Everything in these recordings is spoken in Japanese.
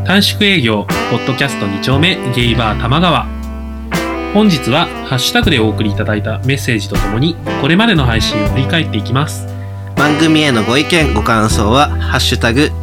短縮営業ポッドキャスト2丁目ゲイバー玉川。本日はハッシュタグでお送りいただいたメッセージとともにこれまでの配信を振り返っていきます。 番組へのご意見ご感想はハッシュタグ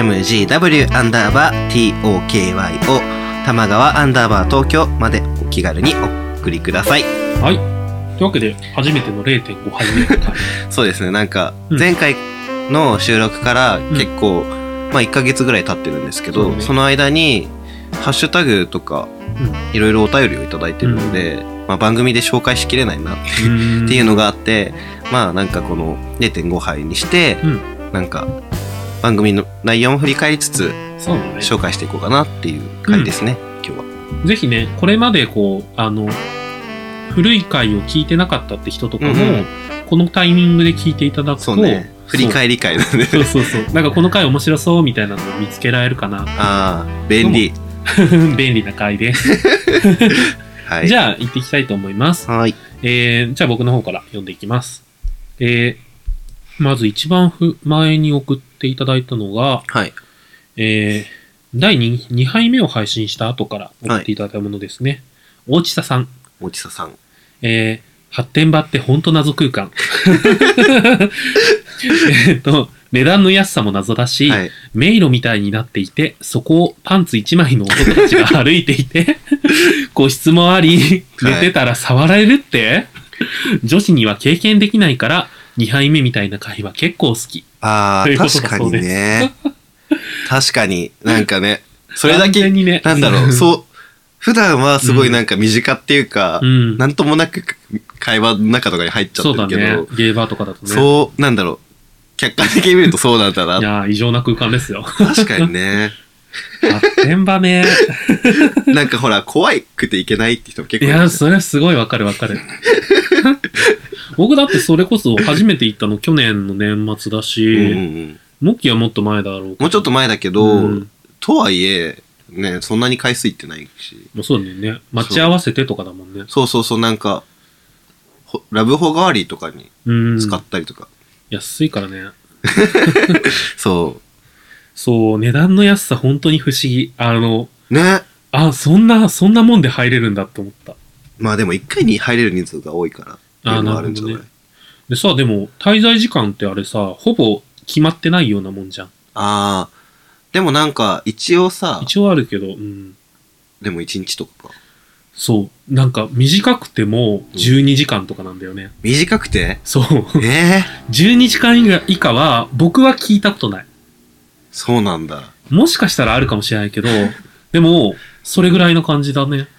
TMGW_TOKYO 玉川東京までお気軽にお送りください。 はい、というわけで初めての 0.5 杯目の回そうですね、なんか前回の収録から結構、まあ1ヶ月ぐらい経ってるんですけど、その間にハッシュタグとかいろいろお便りをいただいてるので、まあ、番組で紹介しきれないなっていうのがあって、まあなんかこの 0.5 杯にして、なんか番組の内容も振り返りつつ紹介していこうかなっていう回ですね、今日は。 ぜひね、これまでこう古い回を聞いてなかったって人とかも、このタイミングで聞いていただくと、 そうね、振り返り会なんで、 そうなんかこの回面白そうみたいなのを見つけられるかな。ああ、便利便利な回です、はい、じゃあ行っていきたいと思います。 はい。じゃあ僕の方から読んでいきます。まず一番前に送っていただいたのが、 はい、 第 2杯目を配信した後から送っていただいたものですね。大地佐さん。発展場ってほんと謎空間。値段の安さも謎だし、迷路みたいになっていて、そこをパンツ1枚の男たちが歩いていて、個室もあり、寝てたら触られるって、女子には経験できないから、2杯目みたいな回は結構好き。 ああ、確かにね。確かに、なんかね、それだけ、なんだろう、そう、普段はすごいなんか身近っていうか、なんともなく会話の中とかに入っちゃってるけど、 そうだね、ゲーバーとかだとね。 そう、なんだろう、客観的に見るとそうなんだな。 いや、異常な空間ですよ。 確かにね。 発展場ね。 なんかほら、怖くていけないって人も結構いる。 いや、それすごいわかる。僕だってそれこそ初めて行ったの去年の年末だし、モッキーはもっと前だろう。 もうちょっと前だけど、とはいえ、ね、そんなに回数いってないし。 もうそうだよね。待ち合わせてとかだもんね。 そう、なんか、ラブホ代わりとかに使ったりとか。 安いからね。 そう、 値段の安さ本当に不思議。 ね。 そんなもんで入れるんだって思った。 まあでも一回に入れる人数が多いから。 なるほどね。でさ、でも滞在時間ってあれさ、ほぼ決まってないようなもんじゃん。 ああ、でもなんか一応あるけど、 でも1日とかか。 そう。なんか短くても12時間とかなんだよね。 短くて？ そう。 12 時間以下は僕は聞いたことない。 そうなんだ。 もしかしたらあるかもしれないけど、でも、それぐらいの感じだね。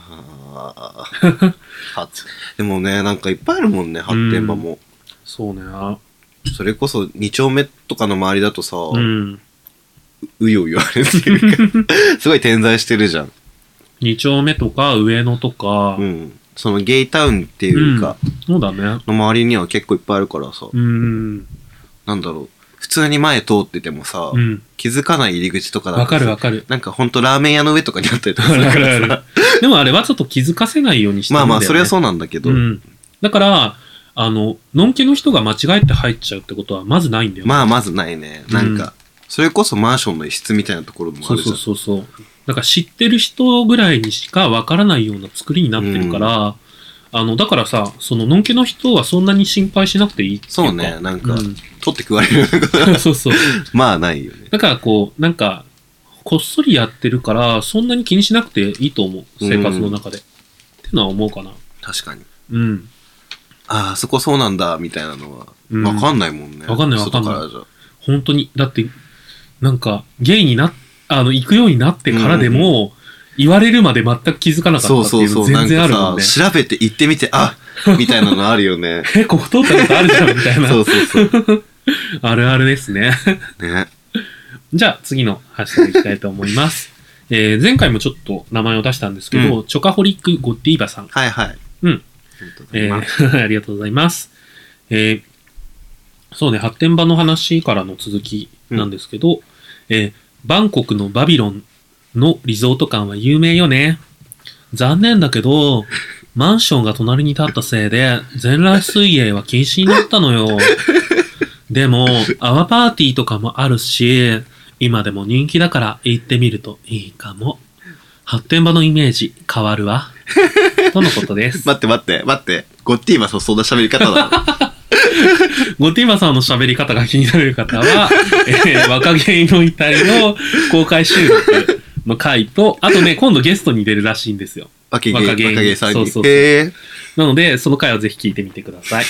でもね、なんかいっぱいあるもんね、発展場も。 そうね。 それこそ2丁目とかの周りだとさ、うようよあれっていうか、すごい点在してるじゃん。 2丁目とか上野とか、 そのゲイタウンっていうか、 そうだね。 の周りには結構いっぱいあるからさ、なんだろう、普通に前通っててもさ、気づかない入り口とかだとわかる。 なんかほんとラーメン屋の上とかにあったりとかするからさ。 でもあれはちょっと気づかせないようにしてるんだよね。 まあそれはそうなんだけど。 だから、のんけの人が間違えて入っちゃうってことはまずないんだよね。 まずないね。なんか、それこそマンションの一室みたいなところもあるじゃん。 そう。だから知ってる人ぐらいにしかわからないような作りになってるから、だからさ、そののんけの人はそんなに心配しなくていいっていうか。 そうね、なんか、取って食われるようなことはそう。 まあないよね。 だからこう、なんか、こっそりやってるから、そんなに気にしなくていいと思う。生活の中で。ってのは思うかな。 確かに。 あそこそうなんだ、みたいなのは、わかんないもんね。 わかんない。本当に。だって、なんか、ゲイに行くようになってからでも、言われるまで全く気づかなかったっていうの全然あるもんね。 調べて行ってみて、みたいなのあるよね。 ここ通ったことあるじゃん、みたいな。 そう。 あるあるですね。じゃあ、次のハッシュタグいきたいと思います。前回もちょっと名前を出したんですけど、チョカホリック・ゴッディーバさん。 はい。 ありがとうございます。そうね、発展場の話からの続きなんですけど、バンコクのバビロンのリゾート館は有名よね。残念だけど、マンションが隣に立ったせいで、全裸水泳は禁止になったのよ。でも、泡パーティーとかもあるし、 今でも人気だから行ってみるといいかも。発展場のイメージ変わるわ。とのことです。 待って。ゴッティーマさんそんな喋り方だ。 ゴティーマさんの喋り方が気になる方は、若芸の遺体の公開収録の回と、あとね、今度ゲストに出るらしいんですよ。 若芸さんに。 そう。 へー。 なので、その回はぜひ聞いてみてください。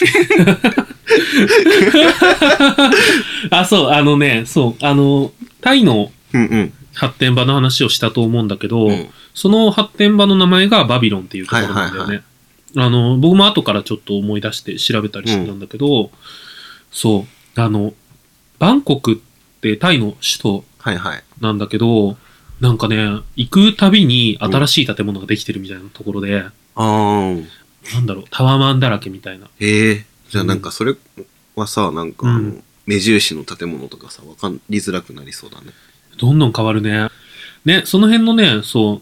あ、そう、タイの発展場の話をしたと思うんだけど、その発展場の名前がバビロンっていうところなんだよね。僕も後からちょっと思い出して調べたりしてたんだけど、そう、バンコクってタイの首都なんだけど、なんかね、行くたびに新しい建物ができてるみたいなところで、なんだろう、タワマンだらけみたいな。 じゃあなんかそれはさ、なんか目印の建物とかさ、わかりづらくなりそうだね。 どんどん変わるね。ね、その辺のね、そう、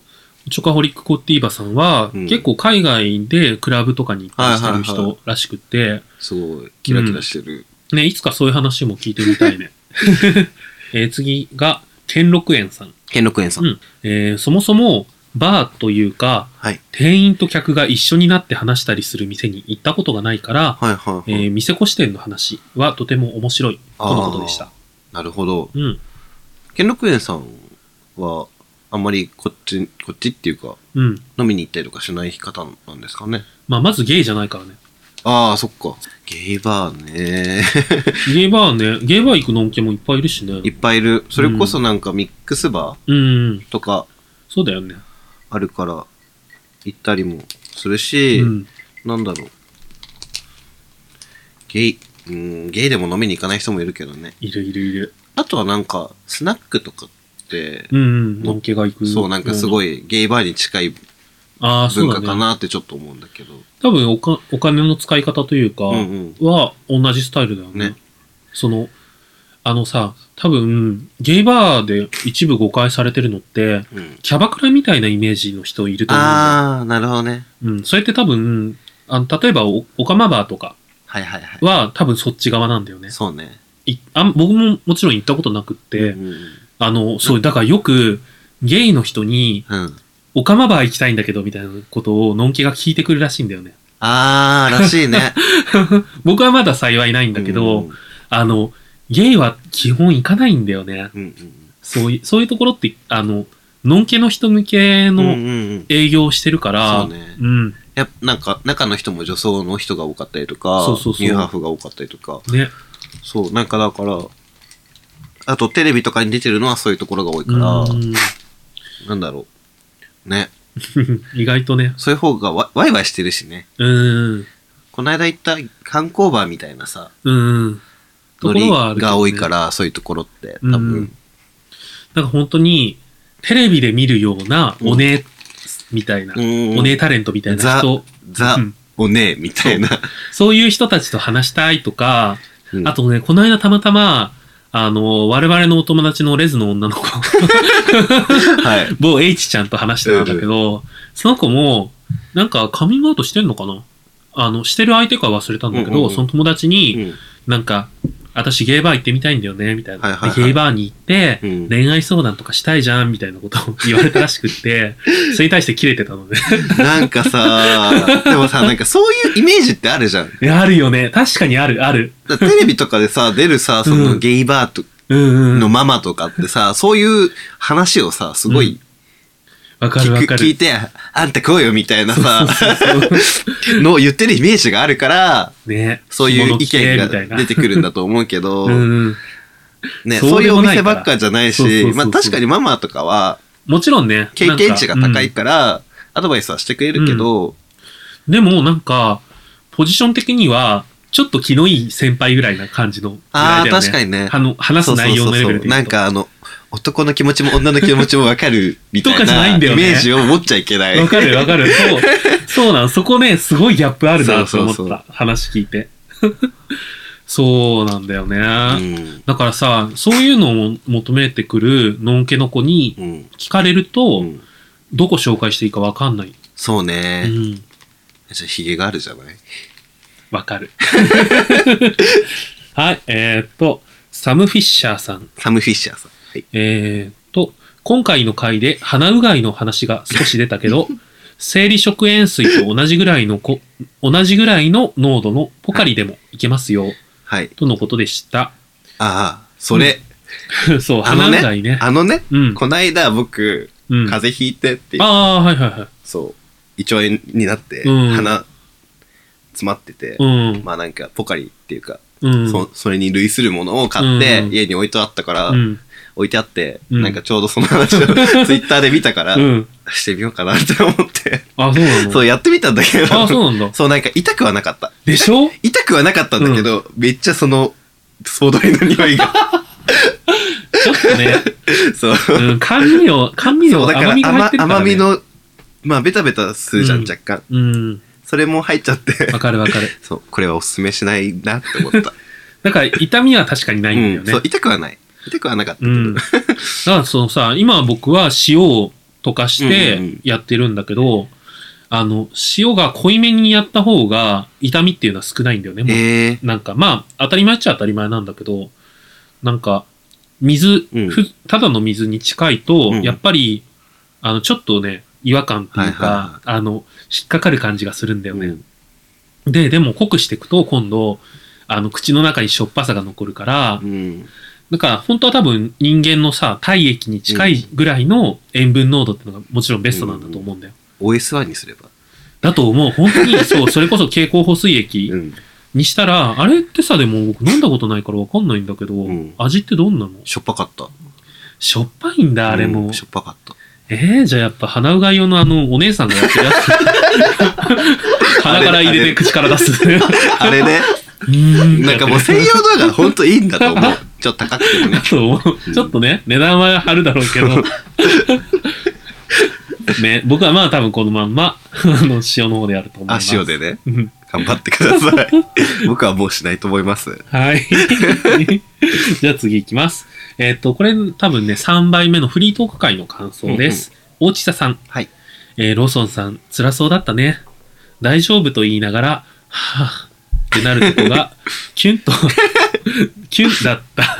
チョカホリック・コッティーバさんは、結構海外でクラブとかに行ったりしてる人らしくて、 すごい、キラキラしてる。 ね、いつかそういう話も聞いてみたいね。次が、兼六園さん。 兼六園さん。 そもそも、バーというか、店員と客が一緒になって話したりする店に行ったことがないから、店越し店の話はとても面白いとのことでした。 なるほど。兼六園さんは、あんまりこっちっていうか、飲みに行ったりとかしない方なんですかね。 まずゲイじゃないからね。 ああ、そっか。ゲイバーね。 ゲイバー行くのんけもいっぱいいるしね。 いっぱいいる。それこそなんかミックスバーとか、 そうだよね。 あるから行ったりもするし、なんだろう。ゲイでも飲みに行かない人もいるけどね。 いる。 あとはなんか、スナックとかって、 のんけが行く。 そう、なんかすごいゲイバーに近い文化かなってちょっと思うんだけど。 多分お金の使い方というか、は同じスタイルだよね。多分、ゲイバーで一部誤解されてるのって、キャバクラみたいなイメージの人いると思うんだよ。 ああ、なるほどね。 それって多分、例えばオカマバーとかは多分そっち側なんだよね。 そうね。 僕ももちろん行ったことなくって、そう、だからよくゲイの人に、オカマバー行きたいんだけどみたいなことをのんけが聞いてくるらしいんだよね。 らしいね。 僕はまだ幸いないんだけど、ゲイは基本行かないんだよね。そういうところって、のんけの人向けの営業をしてるから、 そうね。なんか、中の人も女装の人が多かったりとか、ニューハーフが多かったりとか。 ね。 そう、なんかだから、あとテレビとかに出てるのはそういうところが多いから、なんだろう。ね。 意外とね。 そういう方がワイワイしてるしね。この間行った観光バーみたいなさ、ノリが多いから、そういうところって、多分。 なんか本当に、テレビで見るようなお姉みたいな、お姉タレントみたいな人。 お姉みたいな。 そういう人たちと話したいとか、あとね、この間たまたま、我々のお友達のレズの女の子、某 H ちゃんと話してたんだけど、その子も、なんかカミングアウトしてんのかなしてる相手か忘れたんだけど、その友達に、なんか、私ゲイバー行ってみたいんだよね、みたいな。ゲイバーに行って、恋愛相談とかしたいじゃん、みたいなことを言われたらしくって、それに対してキレてたので。 なんかさ、でもさ、なんかそういうイメージってあるじゃん。 いや、あるよね。確かにある。 テレビとかでさ、出るさ、そのゲイバーのママとかってさ、そういう話をさ、すごい、聞いて、あんた来いよみたいなさ、のを言ってるイメージがあるから、そういう意見が出てくるんだと思うけど、ね、そういうお店ばっかじゃないし、まあ確かにママとかは、 もちろんね、 経験値が高いから、アドバイスはしてくれるけど、 でもなんか、ポジション的には、ちょっと気のいい先輩ぐらいな感じの。 確かにね。 話す内容のレベルで。 なんか男の気持ちも女の気持ちも分かるみたいなイメージを持っちゃいけない。 わかる。そうなん、そこね、すごいギャップあるなと思った。話聞いて。そうなんだよね。だからさ、そういうのを求めてくるのんけの子に聞かれると、どこ紹介していいか分かんない。 そうね。じゃあヒゲがあるじゃない？ わかる。はい、サム・フィッシャーさん。 サム・フィッシャーさん。 今回の回で鼻うがいの話が少し出たけど、生理食塩水と同じぐらいの濃度のポカリでもいけますよ。 はい。 とのことでした。 ああ、それ。 そう、鼻うがいね。 こないだ僕、風邪ひいてってああ、はいはいはい。 そう、胃腸炎になって、鼻詰まってて、まあなんかポカリっていうか、それに類するものを買って、家に置いてあったから、置いてあって、なんかちょうどその話をツイッターで見たから、してみようかなって思って。 あ、そうなの？ そう、やってみたんだけど。 あ、そうなんだ。 そう、なんか痛くはなかった。 でしょ？ 痛くはなかったんだけど、めっちゃその、総取りの匂いが。 ちょっとね。 そう。 甘味料、甘みが入ってるからね。 甘みの、まあ、ベタベタするじゃん、若干。それも入っちゃって。 わかるわかる。 そう、これはおすすめしないなって思った。 だから、痛みは確かにないんだよね。 そう、痛くはない。痛くはなかったけど。だから、そのさ、今僕は塩を溶かしてやってるんだけど、塩が濃いめにやった方が痛みっていうのは少ないんだよね。なんか、まあ、当たり前っちゃ当たり前なんだけど、なんか、ただの水に近いと、やっぱり、ちょっとね、違和感っていうか、引っかかる感じがするんだよね。でも濃くしていくと、今度、口の中にしょっぱさが残るから、だから本当は多分人間のさ、体液に近いぐらいの塩分濃度っていうのがもちろんベストなんだと思うんだよ。 OS1 にすれば。 だと思う。本当に、そう、それこそ経口補水液にしたら、あれってさ、でも僕飲んだことないからわかんないんだけど、味ってどんなの？ しょっぱかった。 しょっぱいんだ、あれも。 しょっぱかった。 じゃあやっぱ鼻うがい用のお姉さんがやってるやつ。鼻から入れて口から出す。 あれね。なんかもう専用動画ほんといいんだと思う。ちょっと高くてもね。 そう。ちょっとね、値段は張るだろうけど。ね、僕はまあ多分このまんま、塩の方でやると思います。 塩でね。頑張ってください。僕はもうしないと思います。 はい。じゃあ次行きます。これ多分ね、3杯目のフリートーク会の感想です。大地佐さん。 はい。 ローソンさん、辛そうだったね。大丈夫と言いながら、はぁ、ってなるとこが、キュンと、キュンだった。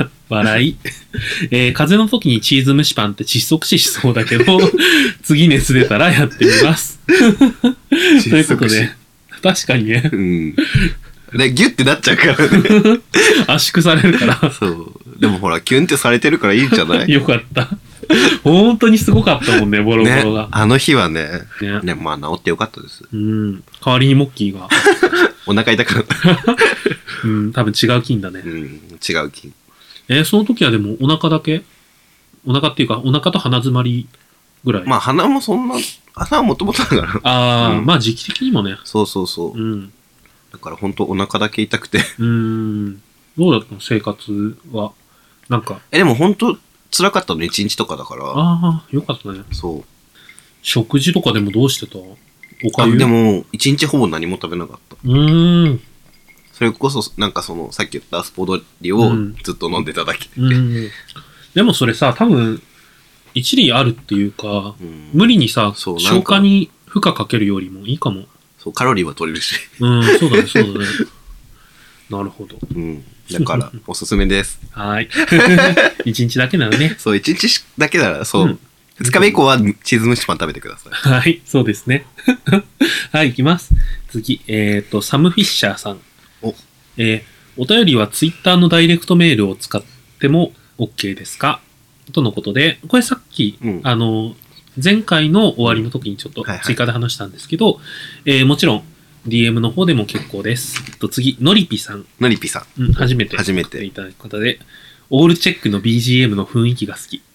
笑い。風邪の時にチーズ蒸しパンって窒息死しそうだけど、次熱出たらやってみます。ということで、確かにね。 で、ギュッてなっちゃうからね。 圧縮されるから。 そう。でもほら、キュンってされてるからいいんじゃない？ よかった。本当にすごかったもんね、ボロボロが。 ね、あの日はね、まあ治ってよかったです。 代わりにモッキーが。 お腹痛くなった。 多分違う菌だね。 違う菌。 その時はでもお腹だけ？お腹っていうか、お腹と鼻詰まりぐらい。 まあ鼻もそんな、鼻はもともとだから。 まあ時期的にもね。 そうそうそう。だから本当お腹だけ痛くて。 どうだったの生活は。なんか。 でも本当辛かったの1日とかだから。 ああ、よかったね。 そう。 食事とかでもどうしてた？おかゆ？ でも、1日ほぼ何も食べなかった。それこそ、なんかその、さっき言ったスポドリをずっと飲んでただけ。 でもそれさ、多分、一理あるっていうか、無理にさ、消化に負荷かけるよりもいいかも。 そう、カロリーは取れるし。 そうだね、そうだね。なるほど。 だから、おすすめです。 はい。一日だけならね。 そう、一日だけなら、そう。2日目以降はチーズ蒸しパン食べてください。 はい、そうですね。はい、いきます。次、サム・フィッシャーさん。お便りはツイッターのダイレクトメールを使っても OK ですか？とのことで、これさっき、前回の終わりの時にちょっと追加で話したんですけど、もちろん DM の方でも結構です。次、のりぴさん。 のりぴさん。 初めていただく方で、オールチェックの BGM の雰囲気が好き。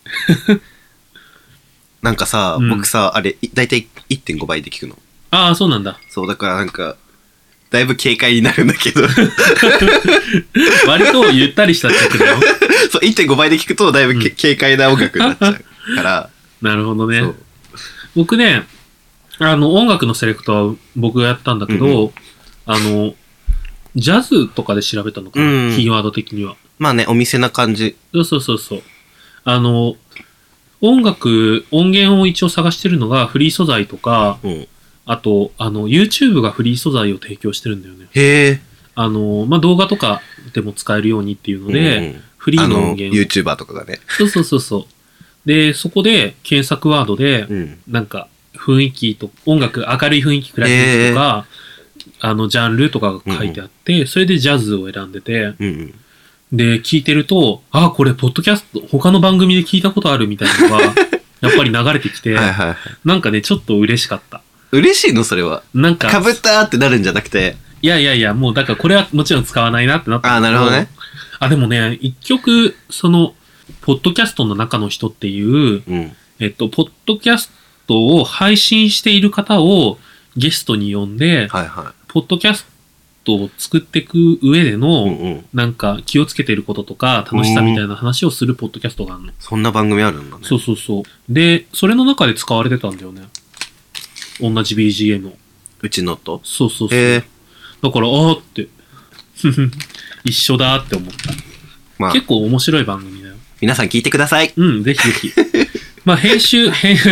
なんかさ、僕さ、あれ、だいたい 1.5 倍で聞くの。 ああ、そうなんだ。 そう、だからなんか、だいぶ軽快になるんだけど。 割とゆったりした曲だよ。 そう、1.5 倍で聞くとだいぶ、軽快な音楽になっちゃうから。 なるほどね。僕ね、音楽のセレクトは僕がやったんだけど、ジャズとかで調べたのかな、キーワード的には。 まあね、お店な感じ。 そう。音源を一応探してるのがフリー素材とか、あと、YouTube がフリー素材を提供してるんだよね。 へえ。 まあ、動画とかでも使えるようにっていうので、 フリーの音源を。 YouTuber とかがね。 そうそうそうそう。で、そこで検索ワードで、なんか雰囲気と、音楽、明るい雰囲気、暗い雰囲気とか、ジャンルとかが書いてあって、それでジャズを選んでて、で、聞いてると、あ、これ、ポッドキャスト、他の番組で聞いたことあるみたいなのが、やっぱり流れてきて、なんかね、ちょっと嬉しかった。 嬉しいのそれは。 なんか。 かぶったーってなるんじゃなくて。 いやいやいや、もうだからこれはもちろん使わないなってなったんだけど。 なるほどね。 でもね、一曲、ポッドキャストの中の人っていう、ポッドキャストを配信している方をゲストに呼んで、ポッドキャストを作っていく上での、なんか気をつけてることとか楽しさみたいな話をするポッドキャストがあるの。 そんな番組あるんだね。 そうそうそう。で、それの中で使われてたんだよね。同じ BGM を。 うちのとそうそうそう。だから、って、一緒だって思った。結構面白い番組だよ。 皆さん聞いてください。 ぜひぜひ。編集、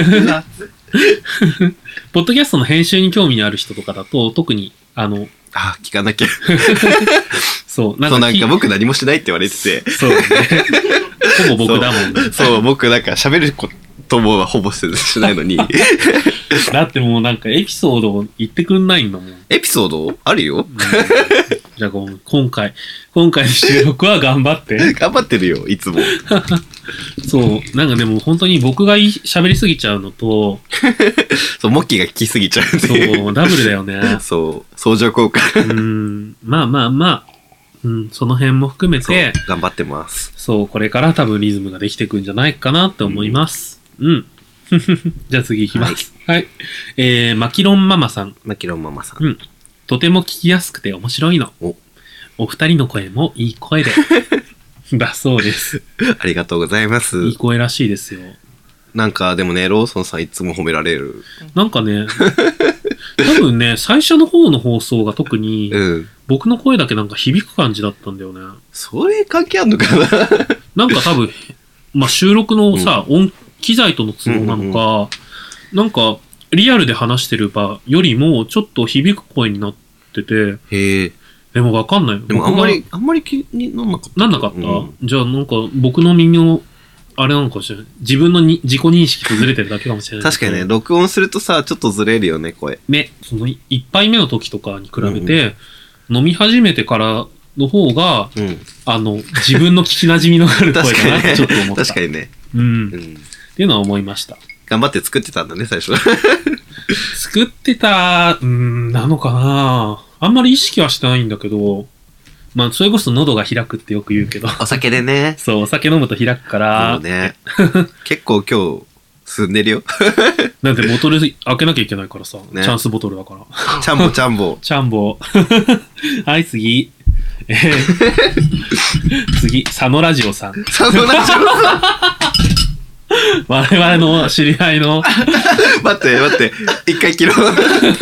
ポッドキャストの編集に興味のある人とかだと、特に、 聞かなきゃ。 そう、 なんか僕何もしないって言われてて。 そうね。ほぼ僕だもんね。 そう、僕なんか喋ることもほぼしないのに。 だってもうなんかエピソードを言ってくんないんだもん。 エピソードあるよ。 じゃあ今回の収録は頑張って。 頑張ってるよ、いつも。 そう、なんかでも本当に僕が喋りすぎちゃうのと、 そう、モッキーが聞きすぎちゃうっていう。 そう、ダブルだよね。 そう、相乗効果。 まあ、その辺も含めて、 頑張ってます。 そう、これから多分リズムができてくんじゃないかなって思います。じゃあ次行きます。はい。マキロンママさん。とても聞きやすくて面白いの。お二人の声もいい声で。だそうです。 ありがとうございます。 いい声らしいですよ。 なんかでもね、ローソンさんいつも褒められる。 なんかね、多分ね、最初の方の放送が特に、僕の声だけなんか響く感じだったんだよね。 それ関係あんのかな。 なんか多分、収録のさ、機材との都合なのか、なんかリアルで話してる場よりもちょっと響く声になってて、でもわかんない。 でもあんまり気になんなかった。 なんなかった、じゃあなんか僕の耳のあれなのかもしれない。自分の自己認識とずれてるだけかもしれない。 確かにね、録音するとさ、ちょっとずれるよね、声。 ね、その一杯目の時とかに比べて、飲み始めてからの方が、自分の聞き馴染みのある声だなってちょっと思った。 確かにね。 っていうのは思いました。 頑張って作ってたんだね、最初。 作ってた、なのかな。あんまり意識はしてないんだけど、それこそ喉が開くってよく言うけど。 お酒でね。 そう、お酒飲むと開くから。 そうね。結構今日、進んでるよ。 なんでボトル開けなきゃいけないからさ。チャンスボトルだから。 チャンボ、チャンボ。 チャンボ。はい、次。次、佐野ラジオさん。 佐野ラジオさん。 我々の知り合いの。 待って、一回切ろう。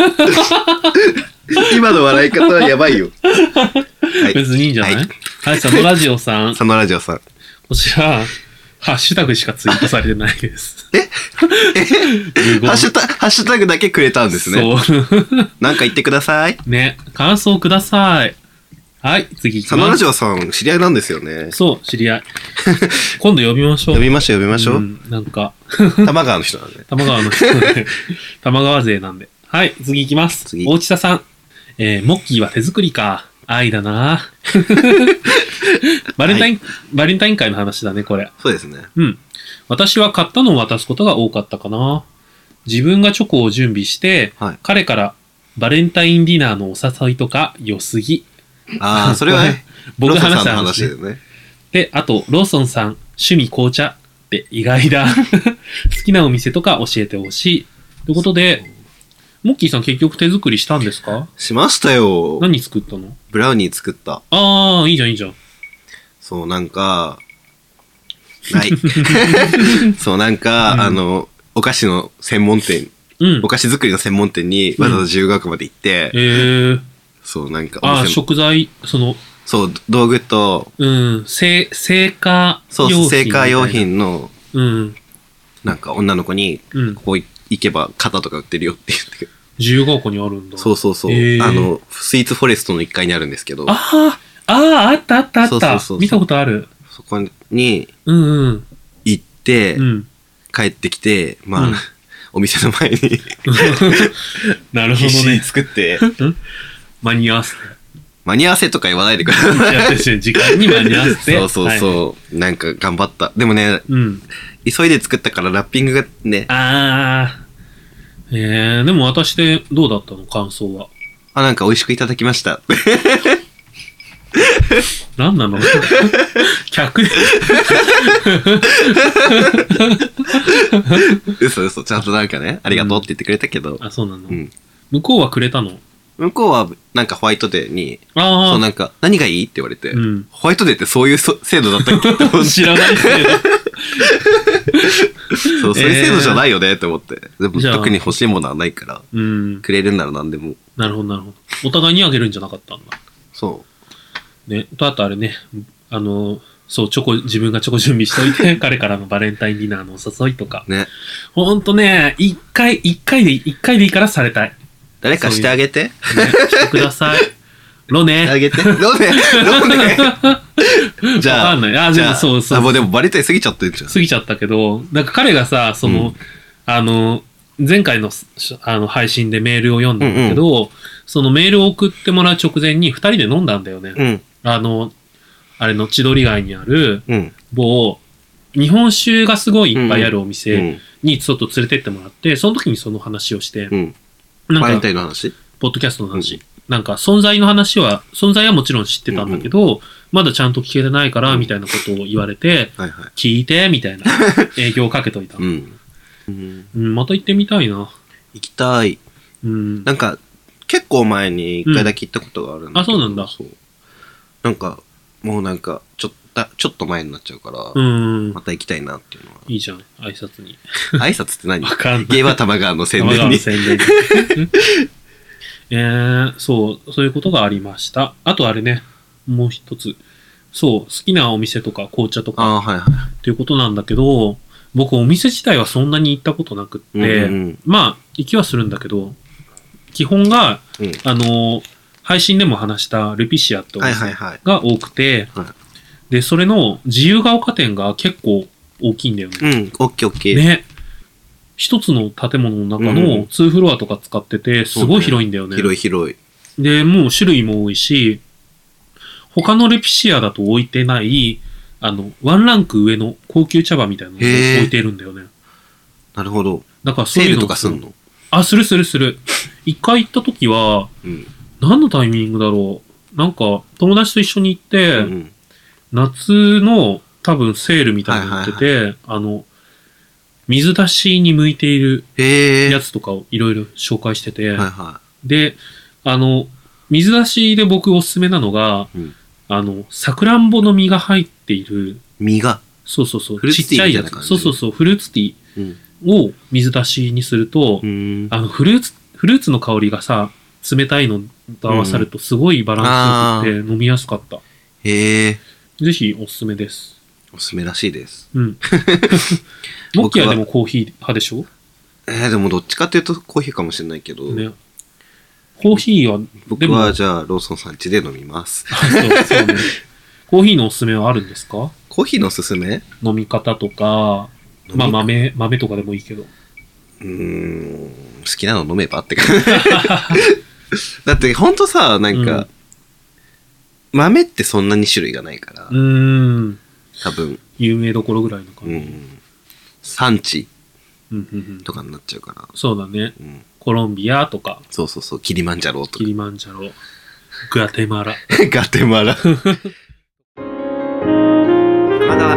今の笑い方はやばいよ。 別にいいんじゃない？はい、佐野ラジオさん。 佐野ラジオさん。 こちら、ハッシュタグしかツイートされてないです。 ハッシュタグだけくれたんですね。そう。なんか言ってください。 ね、感想ください。はい、次行きます。 佐野ラジオさん、知り合いなんですよね。 そう、知り合い。今度呼びましょう。 呼びましょう。 なんか。 玉川の人なんで。 玉川の人で。玉川勢なんで。はい、次行きます。大地田さん。モッキーは手作りか。愛だな。バレンタイン会の話だね、これ。 そうですね。 私は買ったのを渡すことが多かったかな。自分がチョコを準備して、彼からバレンタインディナーのお誘いとか良すぎ。 ああ、それはね、 僕が話した話だよね。 で、あと、ローソンさん、趣味紅茶って意外だ。好きなお店とか教えてほしい。ということで、モッキーさん結局手作りしたんですか？ しましたよ。 何作ったの？ ブラウニー作った。 ああ、いいじゃん、いいじゃん。 そう、なんか、ない。そう、なんか、お菓子の専門店、お菓子作りの専門店にわざわざ自由学まで行って、そう、なんか、 食材、 そう、道具と、 製菓用品。 そう、製菓用品の、なんか女の子に、ここ行けば肩とか売ってるよって言って。 自由が丘にあるんだ。 そう。スイーツフォレストの1階にあるんですけど。 あった。見たことある。 そこにうんうん。 行って、 うん。 帰ってきて、まあ、 うんお店の前になるほ必死にどね。 作って、 間に合わせて。 間に合わせとか言わないでください。 やってし時間に間に合わせて。 そうそうそう。なんか頑張った。でもね、 うん。 急いで作ったからラッピングがね、 あー。でも渡してどうだったの感想は。 なんか美味しくいただきました。 何なの客嘘、ちゃんとなんかね、ありがとうって言ってくれたけど。 あ、そうなの、 うん。 向こうはくれたの？ 向こうはなんかホワイトデーに、 あそうなんか、何がいいって言われて、 うん、 ホワイトデーってそういう制度だったっけって思って。 知らない制度。 そういう制度じゃないよねって思って。でも特に欲しいものはないから、 うん、 くれるなら何でも。 なるほど、なるほど。お互いにあげるんじゃなかったんだ。 そう。 ね、あとあれね、そう、自分がチョコ準備しといて、彼からのバレンタインディナーのお誘いとか。 ね。 ほんとね、一回でいいからされたい。 誰かしてあげて。 ね、してください。ロネ。 してあげて。ロネじゃあ。 わかんない。あ、でもそう。 もうでもバレンタイン過ぎちゃってんじゃん。 過ぎちゃったけど、なんか彼がさ、前回の配信でメールを読んだんだけど、そのメールを送ってもらう直前に二人で飲んだんだよね。 うん。 あれの千鳥街にある、某、日本酒がすごいいっぱいあるお店にちょっと連れてってもらって、その時にその話をして、 なんかバレンタインの話？ ポッドキャストの話。なんか存在はもちろん知ってたんだけど、まだちゃんと聞けてないから、みたいなことを言われて、聞いて、みたいな営業をかけといた。また行ってみたいな。 行きたい。なんか、結構前に一回だけ行ったことがあるんだけど。 あ、そうなんだ。そう。 なんか、もうなんか、ちょっと前になっちゃうから、また行きたいなっていうのは。 いいじゃん、挨拶に。 挨拶って何？ わかんない。 ゲーバー玉川の宣伝に。 そういうことがありました。あとあれね、もう一つ。そう、好きなお店とか紅茶とか、っていうことなんだけど、僕お店自体はそんなに行ったことなくって、まあ、行きはするんだけど、基本が、配信でも話したルピシアってお店が多くて、で、それの自由が丘店が結構大きいんだよね。 大きい。 ね。一つの建物の中の2フロアとか使ってて、すごい広いんだよね。 広い。 で、もう種類も多いし、他のルピシアだと置いてない、ワンランク上の高級茶葉みたいなのを置いてるんだよね。 なるほど。 だからそういうのセールとかすんの？ あ、する。一回行った時は、何のタイミングだろう。なんか、友達と一緒に行って、夏の多分セールみたいなのやってて、水出しに向いているやつとかをいろいろ紹介してて、で、水出しで僕おすすめなのが、さくらんぼの実が入っている。 実が？ そう。ちっちゃいやつ。そう。フルーツティーを水出しにすると、フルーツの香りがさ、冷たいのと合わさるとすごいバランスよくて飲みやすかった。ぜひおすすめです。 おすすめらしいです。 モッキーはでもコーヒー派でしょ？ でもどっちかっていうとコーヒーかもしれないけど。ね。 コーヒーは、 僕はじゃあローソンさん家で飲みます。 そうね。コーヒーのおすすめはあるんですか？ コーヒーのおすすめ？ 飲み方とか、まあ豆とかでもいいけど。 好きなの飲めばって感じ。だってほんとさ、なんか、豆ってそんなに種類がないから。多分。 有名どころぐらいの感じ。 産地とかになっちゃうから。 そうだね。コロンビアとか。 そう。キリマンジャロとか。 キリマンジャロ。ガテマラ。 ガテマラ。まだ。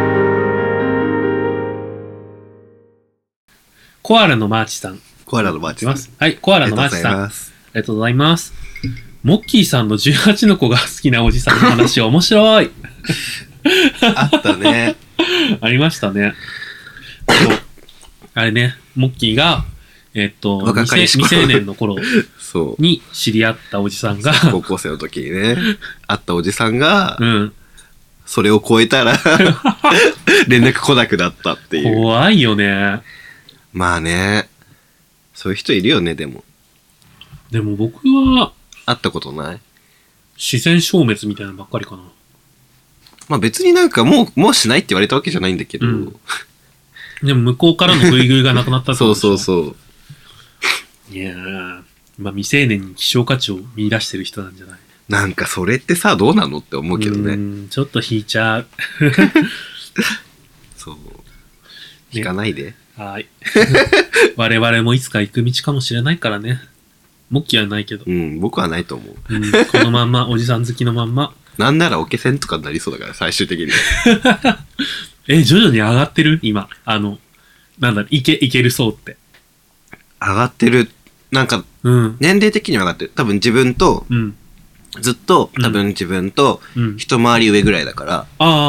コアラのマーチさん。 はい、コアラのマーチさん。 ありがとうございます。モッキーさんの18の子が好きなおじさんの話面白い。 あったね。 ありましたね。あれね、モッキーが、未成年の頃に知り合ったおじさんが、 高校生の時にね、会ったおじさんが、それを超えたら、連絡来なくなったっていう。 怖いよね。 まあね、そういう人いるよね、でも。 でも僕は、 会ったことない？ 自然消滅みたいなのばっかりかな。 まあ別になんかもうしないって言われたわけじゃないんだけど。 でも向こうからのグイグイがなくなったってことでしょ。 そう。 いやー、まあ未成年に希少価値を見出してる人なんじゃない？ なんかそれってさ、どうなのって思うけどね。 ちょっと引いちゃう。 そう。引かないで。 はい。我々もいつか行く道かもしれないからね。モッキーはないけど。 僕はないと思う。 このまんま、おじさん好きのまんま。 なんならオケセンとかになりそうだから、最終的に。 徐々に上がってる今。なんだ、いけるそうって。 上がってる。なんか、年齢的には上がってる。多分自分と、ずっと、多分自分と、一回り上ぐらいだから、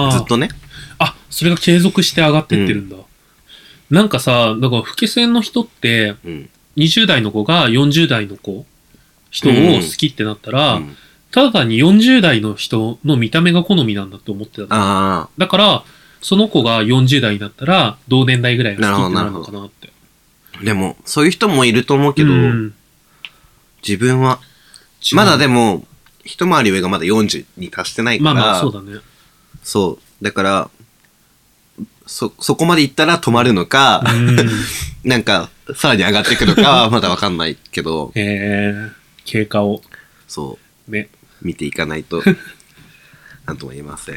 ずっとね。 あ、それが継続して上がってってるんだ。なんかさ、だから、老け線の人って、20代の子が40代の人を好きってなったら、ただ単に40代の人の見た目が好みなんだって思ってた。だから、その子が40代になったら、同年代ぐらいが好きってなるのかなって。 でも、そういう人もいると思うけど、自分は、まだでも、一回り上がまだ40に達してないから、 まあそうだね。 そう。だから、そこまで行ったら止まるのか、なんか、さらに上がっていくのかはまだわかんないけど。 経過を。 そう。 ね。 見ていかないと、なんとも言えません。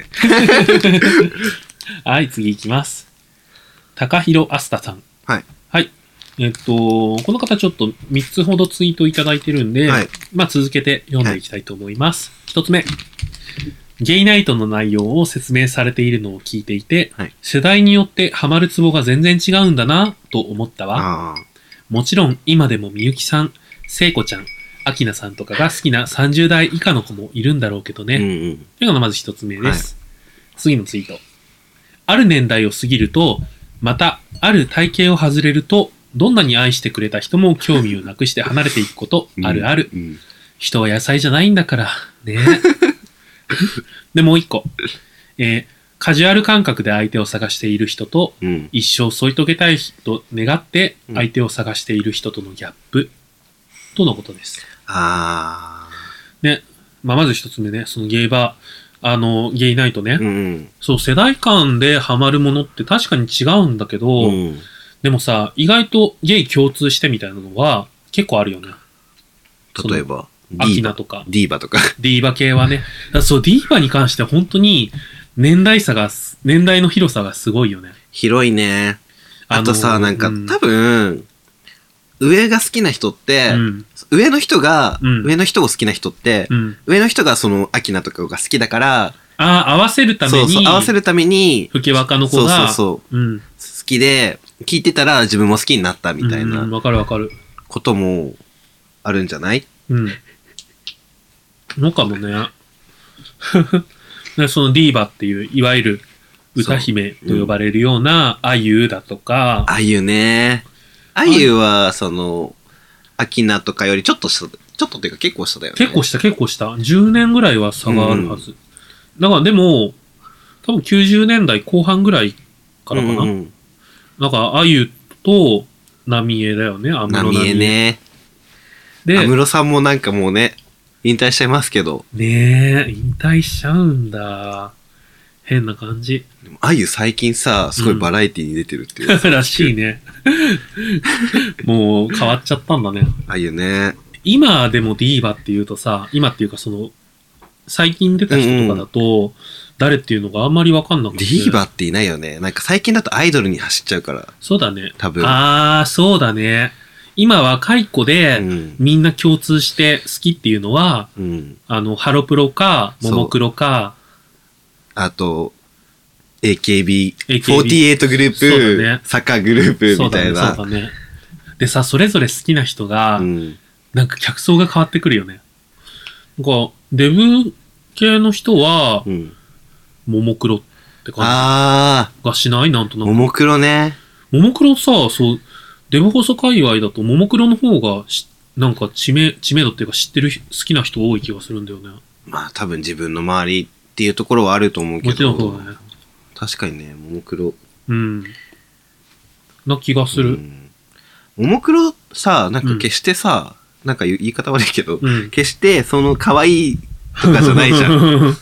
はい、次いきます。高弘あすたさん。 はい。 はい。この方ちょっと3つほどツイートいただいてるんで、まあ続けて読んでいきたいと思います。1つ目。ゲイナイトの内容を説明されているのを聞いていて、世代によってハマるツボが全然違うんだなと思ったわ。もちろん今でもみゆきさん、聖子ちゃん、アキナさんとかが好きな30代以下の子もいるんだろうけどね。というのがまず1つ目です。次のツイート。ある年代を過ぎると、またある体型を外れると、どんなに愛してくれた人も興味をなくして離れていくことあるある。人は野菜じゃないんだからね。でもう一個、カジュアル感覚で相手を探している人と、一生添い遂げたいと願って相手を探している人とのギャップとのことです。ね、まあ、まず一つ目ね、そのゲイバー、ゲイナイトね、そう世代間でハマるものって確かに違うんだけど、でもさ、意外とゲイ共通してみたいなのは結構あるよね。 例えばアキナとか。 ディーバとか。 ディーバ系はね。そう、ディーバに関しては本当に年代の広さがすごいよね。 広いね。あとさ、なんか多分、上が好きな人って、上の人を好きな人って、上の人がそのアキナとかが好きだから、 合わせるために、 合わせるために、 老け若の子が、 好きで、聞いてたら自分も好きになったみたいな。 わかるわかる。 こともあるんじゃない？ のかもね。そのディーバっていう、いわゆる歌姫と呼ばれるようなあゆだとか。 あゆね。あゆは、アキナとかよりちょっとっていうか結構下だよね。 結構下。10年ぐらいは差があるはず。だからでも、多分90年代後半ぐらいからかな。なんか、あゆと、ナミエだよね、安室奈美恵。ナミエね。 で、安室さんもなんかもうね、引退しちゃいますけど。 ねえ、引退しちゃうんだ。変な感じ。 でもあゆ最近さ、すごいバラエティに出てるっていう。 らしいね。もう変わっちゃったんだね。 あゆね。 今でもディーバっていうとさ、今っていうか最近出た人とかだと、誰っていうのがあんまりわかんなくて。 ディーバっていないよね。なんか最近だとアイドルに走っちゃうから。 そうだね。 多分。 そうだね。今若い子で、みんな共通して好きっていうのは、ハロプロか、ももクロか、 あと、AKB48 グループ、サッカーグループみたいな。 そうだね。でさ、それぞれ好きな人が、なんか客層が変わってくるよね。なんか、デブ系の人は、ももクロって感じがしない？なんとなく。 ももクロね。 ももクロさ、デブ細界隈だとももクロの方がなんか知名度っていうか知ってる好きな人多い気がするんだよね。 まあ多分自分の周りっていうところはあると思うけど。もちろんそうだね。確かにね、ももクロ。 な気がする。 ももクロさ、なんか決してさ、なんか言い方悪いけど、決してその可愛いとかじゃないじゃん。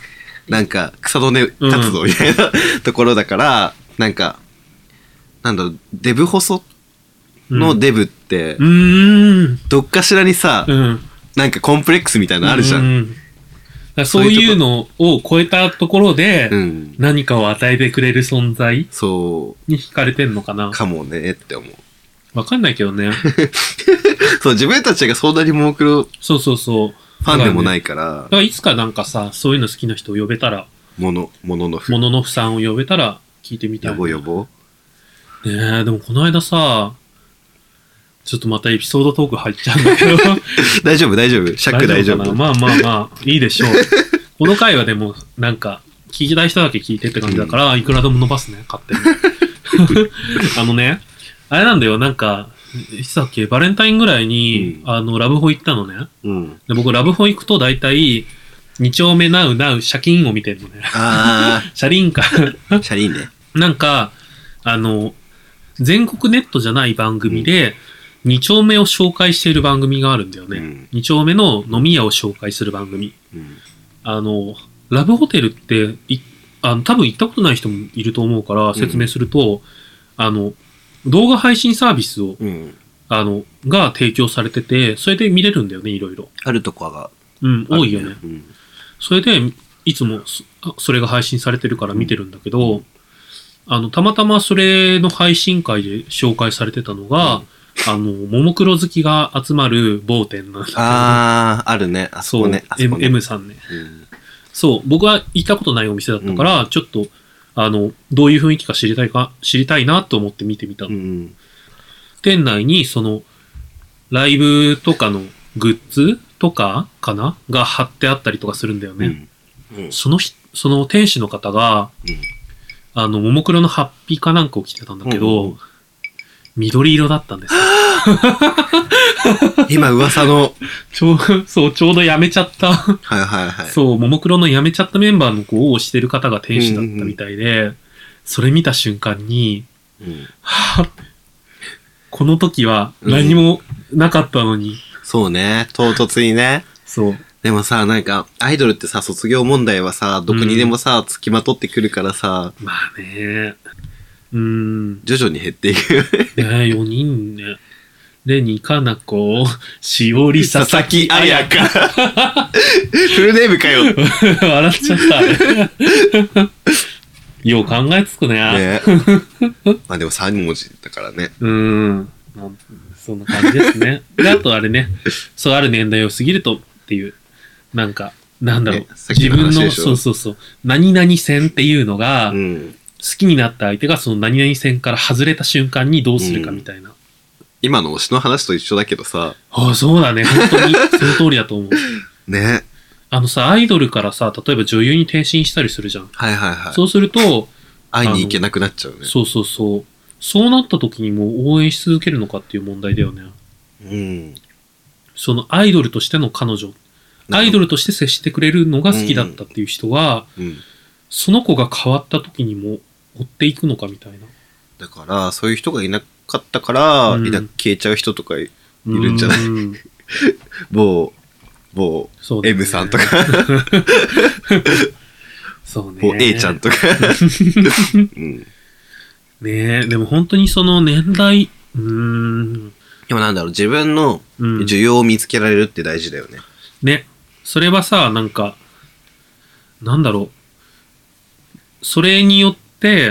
なんか草の根活動みたいな、ところだから、なんか、なんだろう、デブ細のデブって、どっかしらにさ、なんかコンプレックスみたいなのあるじゃん。 そういうのを超えたところで、何かを与えてくれる存在に惹かれてんのかな。 かもねって思う。 わかんないけどね。 そう、自分たちがそんなにももクロファンでもないから。 だからいつかなんかさ、そういうの好きな人を呼べたら、 もののふさんを呼べたら聞いてみたい。 呼ぼねえ、でもこの間さ、ちょっとまたエピソードトーク入っちゃうんだけど。 大丈夫尺大丈夫。 まあ、いいでしょう。この回はでも、なんか、聞きたい人だけ聞いてって感じだから、いくらでも伸ばすね、勝手に。あれなんだよ、なんか、いつだっけ、バレンタインぐらいに、ラブホ行ったのね。で僕、ラブホ行くと大体、2丁目ナウナウ、シャキンを見てるのね。シャリンか。シャリンね。 なんか、全国ネットじゃない番組で、2丁目を紹介している番組があるんだよね。2丁目の飲み屋を紹介する番組。ラブホテルって、多分行ったことない人もいると思うから説明すると、動画配信サービスを、が提供されてて、それで見れるんだよね、いろいろ。 あるとこが。 多いよね。それで、いつもそれが配信されてるから見てるんだけど、たまたまそれの配信会で紹介されてたのが、ももクロ好きが集まる某店なんだ。 あるね。あそこね。 M さんね。そう、僕は行ったことないお店だったから、ちょっと、どういう雰囲気か知りたいなと思って見てみたの。店内に、ライブとかのグッズとかかなが貼ってあったりとかするんだよね。その店主の方が、ももクロのハッピーかなんかを着てたんだけど、緑色だったんですよ。 今噂の。 ちょうど辞めちゃった。そう、ももクロの辞めちゃったメンバーの子を推してる方が店主だったみたいで、それ見た瞬間に、この時は何もなかったのに。 そうね、唐突にね。 そう。 でもさ、なんか、アイドルってさ、卒業問題はさ、どこにでもさ、付きまとってくるからさ。 まあね。 徐々に減っていく。 ね4人ね。レニカナコ、しおり、佐々木彩香。 フルネームかよ。 笑っちゃった。よう考えつくね。 まあでも3文字だからね。 そんな感じですね。で、あとあれね、ある年代を過ぎるとっていう、なんか、なんだろう、自分の、何々線っていうのが、好きになった相手がその何々線から外れた瞬間にどうするかみたいな。 今の推しの話と一緒だけどさ。 そうだね。本当に、その通りだと思う。 ね。 アイドルからさ、例えば女優に転身したりするじゃん。そうすると、 会いに行けなくなっちゃうね。 そうなった時にも応援し続けるのかっていう問題だよね。そのアイドルとしての彼女、アイドルとして接してくれるのが好きだったっていう人は、その子が変わった時にも追っていくのかみたいな。 だからそういう人がいなかったから、消えちゃう人とかいるんじゃない？某 M さんとかそうね。 某 A ちゃんとかねえ、でも本当にその年代、 でもなんだろう、自分の需要を見つけられるって大事だよね。 ね。それはさ、なんか、なんだろう。それによって、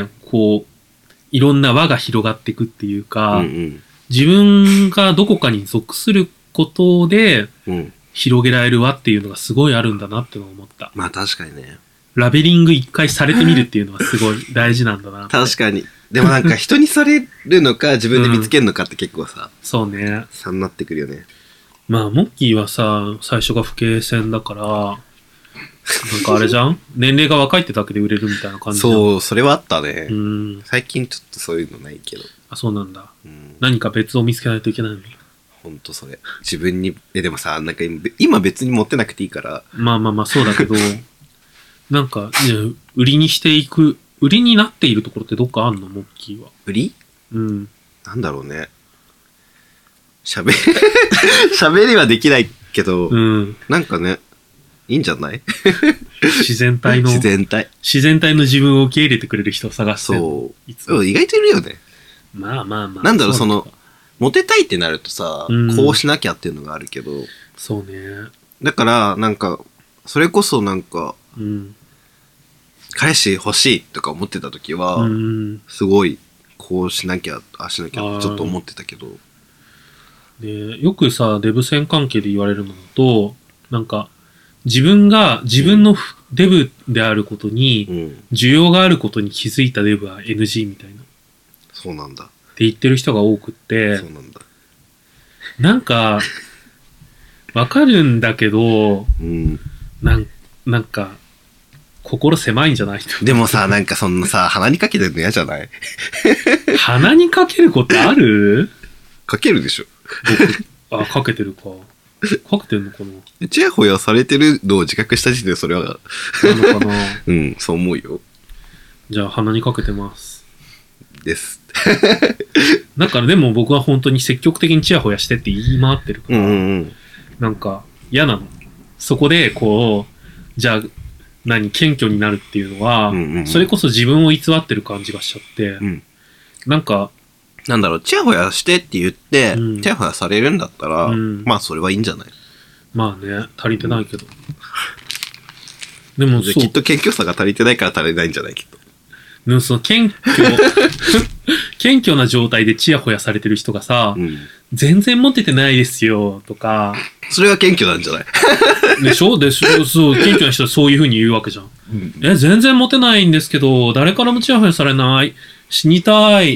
こう、いろんな輪が広がっていくっていうか、自分がどこかに属することで、広げられる輪っていうのがすごいあるんだなってのを思った。 まあ確かにね。 ラベリング一回されてみるっていうのはすごい大事なんだな。 確かに。でもなんか人にされるのか自分で見つけるのかって結構さ、 そうね。 差になってくるよね。 まあ、モッキーはさ、最初が不敬戦だから、なんかあれじゃん年齢が若いってだけで売れるみたいな感じじゃん。 そう、それはあったね。最近ちょっとそういうのないけど。 あ、そうなんだ。何か別を見つけないといけないの？ ほんとそれ。自分に、でもさ、なんか今別に持ってなくていいから。 まあ、そうだけど、なんか、売りにしていく、売りになっているところってどっかあんのモッキーは。 売り？なんだろうね。喋りはできないけど、なんかね、 いいんじゃない？ 自然体の自然体の自分を受け入れてくれる人を探して。 そう。意外といるよね。 まあ。 なんだろう、モテたいってなるとさ、こうしなきゃっていうのがあるけど。 そうね。 だから、なんか、それこそなんか、彼氏欲しいとか思ってた時は、すごい、こうしなきゃ、ああしなきゃってちょっと思ってたけど。 で、よくさ、デブ戦関係で言われるのだと、なんか、自分のデブであることに、需要があることに気づいたデブは NG みたいな。 そうなんだ。 って言ってる人が多くって、 そうなんだ。 なんか、わかるんだけど、なんか、心狭いんじゃない？ でもさ、なんかそんなさ、鼻にかけてるの嫌じゃない？ 鼻にかけることある？ かけるでしょ。 かけてるか。かけてるのかな？ ちやほやされてるのを自覚した時点でそれは。なのかな？そう思うよ。 じゃあ鼻にかけてます。 です。 だからでも僕は本当に積極的にちやほやしてって言い回ってるから、なんか嫌なの。そこでこう、じゃあ謙虚になるっていうのは、それこそ自分を偽ってる感じがしちゃって、なんか、 なんだろう、ちやほやしてって言って、ちやほやされるんだったら、まあそれはいいんじゃない？ まあね、足りてないけど。でもきっと謙虚さが足りてないから足りないんじゃない？きっと。 でもその謙虚な状態でチヤホヤされてる人がさ、全然モテてないですよとか、 それは謙虚なんじゃない？ でしょ？そう、謙虚な人はそういう風に言うわけじゃん。全然モテないんですけど、誰からもチヤホヤされない。死にたい。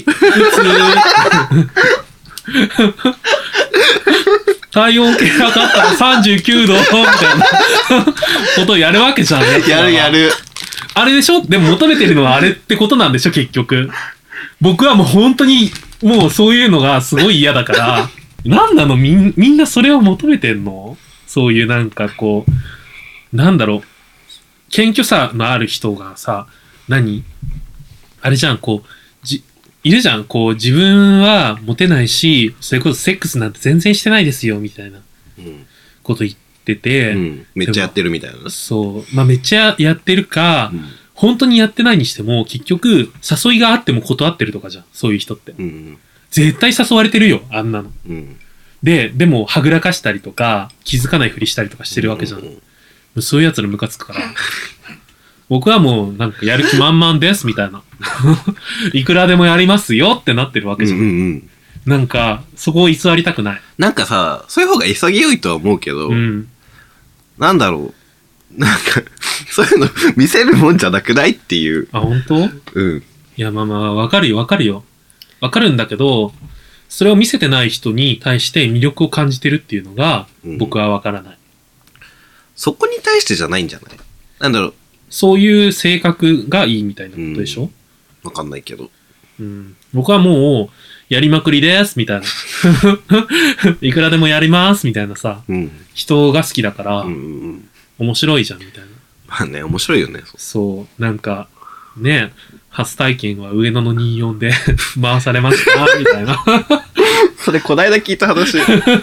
体温計測ったら39度みたいなことをやるわけじゃん。 やる。 あれでしょ？でも求めてるのはあれってことなんでしょ、結局。僕はもう本当に、もうそういうのがすごい嫌だから、なんなのみんなそれを求めてんの？そういうなんかこう、なんだろう、謙虚さのある人がさ、あれじゃん、こう、いるじゃん、こう、自分はモテないし、それこそセックスなんて全然してないですよ、みたいなこと言ってて、 めっちゃやってるみたいな。 そう。まあめっちゃやってるか、本当にやってないにしても、結局、誘いがあっても断ってるとかじゃん、そういう人って。絶対誘われてるよ、あんなの。でも、はぐらかしたりとか、気づかないふりしたりとかしてるわけじゃん。そういうやつらムカつくから。僕はもう、なんかやる気満々です、みたいな。いくらでもやりますよってなってるわけじゃん。なんか、そこを偽りたくない。 なんかさ、そういう方が潔いとは思うけど、なんだろう。なんか、そういうの見せるもんじゃなくないっていう。 あ、本当？いや、まあ、わかるよ。わかるんだけど、それを見せてない人に対して魅力を感じてるっていうのが、僕はわからない。 そこに対してじゃないんじゃない？なんだろう。 そういう性格がいいみたいなことでしょ？ わかんないけど。 僕はもう、やりまくりです、みたいな。いくらでもやります、みたいなさ、人が好きだから、面白いじゃん、みたいな。 まあね、面白いよね。 そう、なんか、ね、初体験は上野の24で回されました、みたいな。 それ、こないだ聞いた話。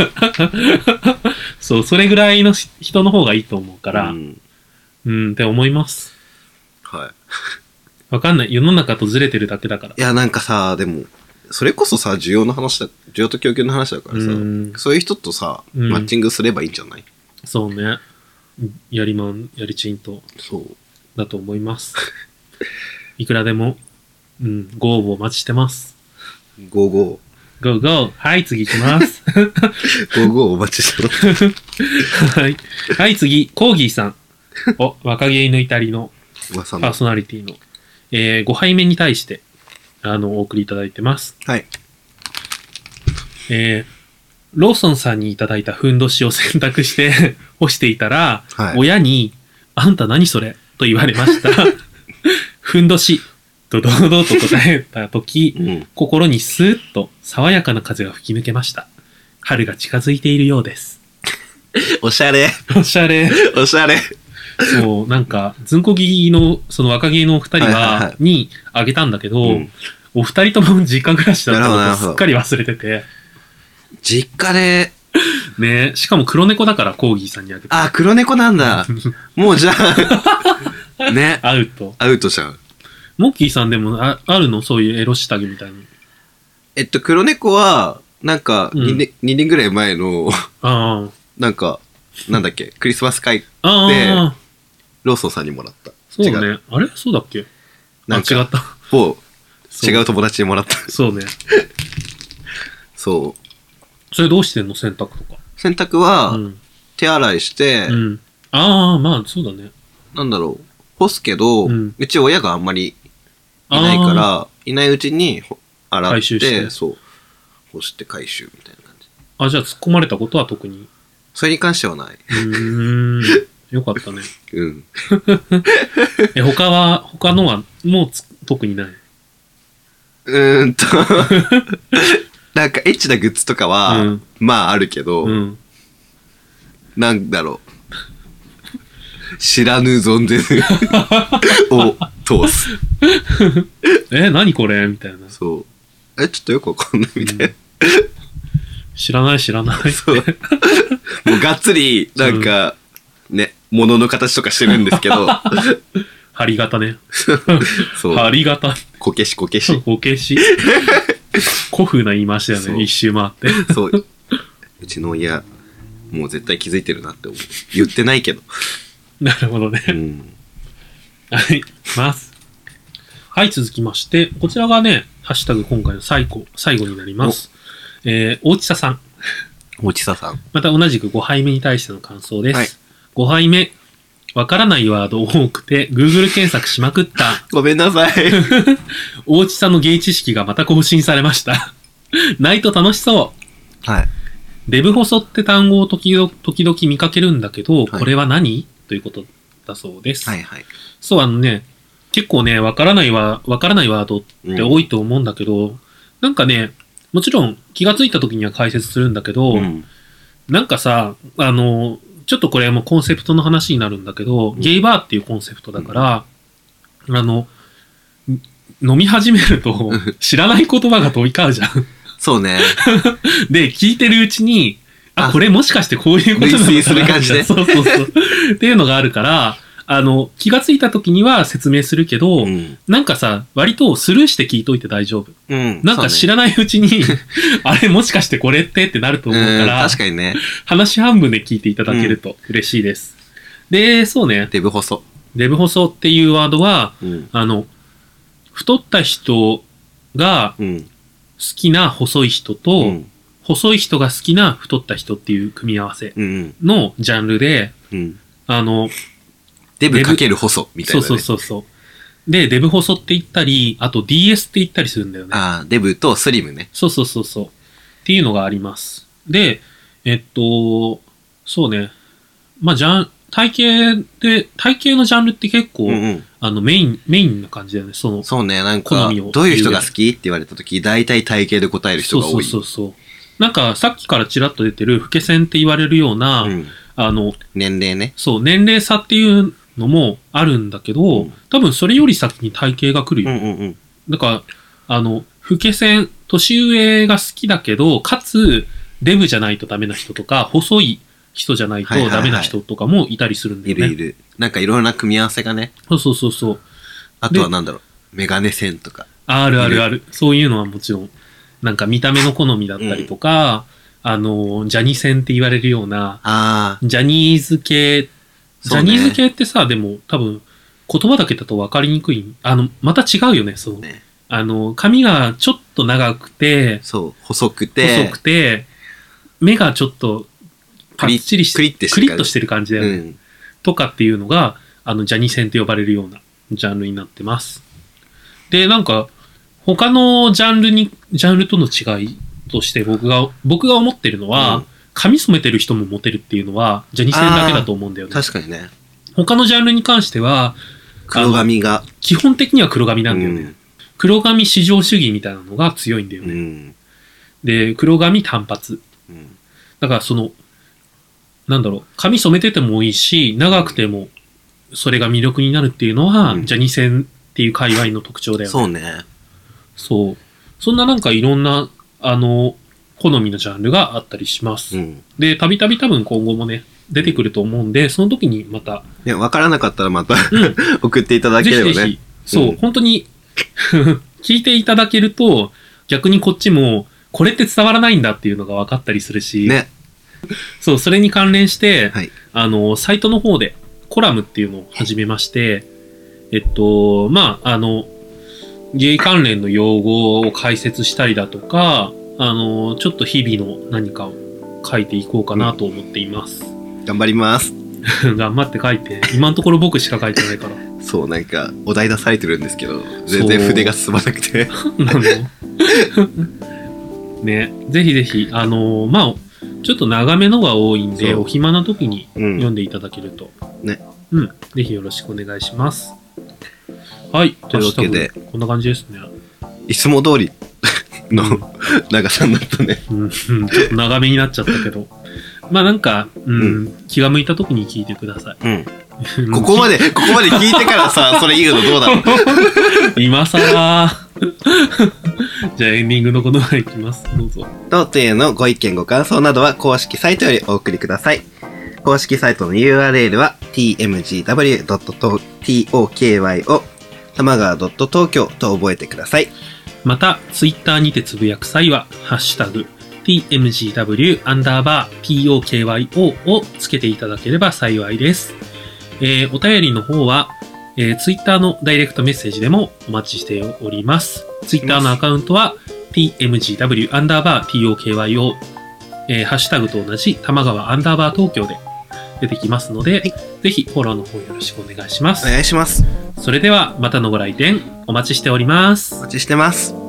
そう、それぐらいの人の方がいいと思うから、って思います。 はい。 わかんない。世の中とずれてるだけだから。 いや、なんかさ、でも、それこそさ、需要と供給の話だからさ、そういう人とさ、マッチングすればいいんじゃない？ そうね。やりちんと。 そう。 だと思います。いくらでも、ご応募お待ちしてます。 ゴーゴー。ゴーゴー。はい、次行きます。 ゴーゴーお待ちしてます。 はい。はい、次、コーギーさん。若気の至りのパーソナリティの、5杯目に対して、お送りいただいてます。 はい。 ローソンさんにいただいたふんどしを選択して干していたら、親に、あんた何それと言われました。ふんどし、と堂々と答えたとき、心にスーッと爽やかな風が吹き抜けました。春が近づいているようです。 おしゃれ。 おしゃれ。 おしゃれ。 そう、なんか、ずんこぎの、その若気のお二人にあげたんだけど、お二人とも実家暮らしだったことをすっかり忘れてて。 実家でねしかも黒猫だからコーギーさんにあげて。 あ、黒猫なんだ。もうじゃあ、ね。 アウト。 アウトじゃん。 モッキーさんでもあるのそういうエロ下着みたいに。 黒猫は、なんか2年ぐらい前の、なんか、なんだっけ、クリスマス会で、ローソンさんにもらった。 そうね。あれそうだっけなんか違った。 違う友達にもらった。 そうね。 そう。 それどうしてんの洗濯とか。 洗濯は、手洗いして、 まあそうだね。 なんだろう。干すけど、うち親があんまりいないから、いないうちに洗って、そう。干して回収みたいな感じ。 じゃあ突っ込まれたことは特に。 それに関してはない。 よかったね。他のはもう特にない。 なんかエッチなグッズとかは、まああるけど、なんだろう。知らぬ存ぜぬを通す。 何これみたいな。 そう。ちょっとよくわかんないみたいな。 知らない。そう。 もうがっつり、なんか、ね、物の形とかしてるんですけど。 針型ね。 そう。 針型。 こけし。 古風な言い回しだよね。一周回って。 そう。うちの親、もう絶対気づいてるなって思う。言ってないけど。 なるほどね。はい。はい、続きまして、こちらがね、ハッシュタグ今回の最後になります。大地佐さん。また同じく5杯目に対しての感想です。はい、5杯目。わからないワード多くて、Google 検索しまくった。 ごめんなさい。 大地さんのゲイ知識がまた更新されました。ないと楽しそう。 はい。 デブ細って単語を時々見かけるんだけど、これは何ということだそうです。 はいはい。 そう、結構ね、わからないワードって多いと思うんだけど、なんかね、もちろん気がついた時には解説するんだけど、なんかさ、ちょっとこれもコンセプトの話になるんだけど、ゲイバーっていうコンセプトだから、飲み始めると知らない言葉が飛び交うじゃん。 そうね。 で、聞いてるうちに、これもしかしてこういうことなのかな。 類推する感じで。 そう。っていうのがあるから、気がついた時には説明するけど、なんかさ、割とスルーして聞いといて大丈夫。なんか知らないうちに、あれもしかしてこれってってなると思うから、 確かにね。 話半分で聞いていただけると嬉しいです。で、そうね。 デブ細っていうワードは、太った人が好きな細い人と、細い人が好きな太った人っていう組み合わせのジャンルで、 デブかける細みたいな、ね。 そう。で、デブ細って言ったり、あと DS って言ったりするんだよね。 デブとスリムね。 そう。っていうのがあります。で、そうね。まあ、体型のジャンルって結構、メインな感じだよね。 そうね、なんか、どういう人が好きって言われたとき、大体体型で答える人が多い。 そう。なんか、さっきからちらっと出てる、老け線って言われるような、 年齢ね。 そう、年齢差っていうのもあるんだけど、多分それより先に体型が来るよ。だから、老け線、年上が好きだけど、かつ、デブじゃないとダメな人とか、細い人じゃないとダメな人とかもいたりするんだよね。 いる。なんかいろんな組み合わせがね。 そう。 あとはなんだろう、メガネ線とか。 ある。そういうのはもちろん、なんか見た目の好みだったりとか、ジャニ線って言われるような、ジャニーズ系ってさ、でも多分、言葉だけだと分かりにくい。また違うよね、そう。ね、髪がちょっと長くて、 そう、細くて、 目がちょっと、パッチリして、 クリッとしてる感じだよね。とかっていうのが、ジャニ線と呼ばれるようなジャンルになってます。で、なんか、他のジャンルとの違いとして僕が思ってるのは、髪染めてる人もモテるっていうのは、ジャニ線だけだと思うんだよね。 確かにね。 他のジャンルに関しては、 黒髪が。 基本的には黒髪なんだよね。黒髪至上主義みたいなのが強いんだよね。で、黒髪単発。だからなんだろう、髪染めててもいいし、長くてもそれが魅力になるっていうのは、ジャニ線っていう界隈の特徴だよね。 そうね。 そう。そんななんかいろんな、個好みのジャンルがあったりします。 うん、 で、たびたび多分今後もね、出てくると思うんで、その時にまた。 わからなかったらまた送っていただければね。 ぜひぜひそう、本当に聞いていただけると、逆にこっちも、これって伝わらないんだっていうのが分かったりするし、 ね。 そう、それに関連して、 はい、 サイトの方でコラムっていうのを始めまして、ゲイ関連の用語を解説したりだとか、ちょっと日々の何かを書いていこうかなと思っています。 頑張ります。 頑張って書いて、今のところ僕しか書いてないから。 そう、なんか、お題出されてるんですけど、全然筆が進まなくて。 ね、ぜひぜひ、ちょっと長めのが多いんで、お暇な時に読んでいただけると。 ね。 うん。ぜひよろしくお願いします。はい。 というわけで、 こんな感じですね。 いつも通りの長さになったね。 ちょっと長めになっちゃったけど。まあなんか、気が向いた時に聞いてください。 ここまで聞いてからさ、それ言うのどうだろう。 今更。じゃあエンディングの言葉いきます。どうぞ。 当店へのご意見ご感想などは公式サイトよりお送りください。公式サイトの URL は tmgw.tokyo 玉川 .tokyo と覚えてください。 また、ツイッターにてつぶやく際は、ハッシュタグ、tmgw_tokyo をつけていただければ幸いです。お便りの方は、ツイッターのダイレクトメッセージでもお待ちしております。ツイッターのアカウントは、tmgw_tokyo、ハッシュタグと同じ玉川東京で出てきますので、ぜひフォローの方よろしくお願いします。 お願いします。 それではまたのご来店お待ちしております。 お待ちしてます。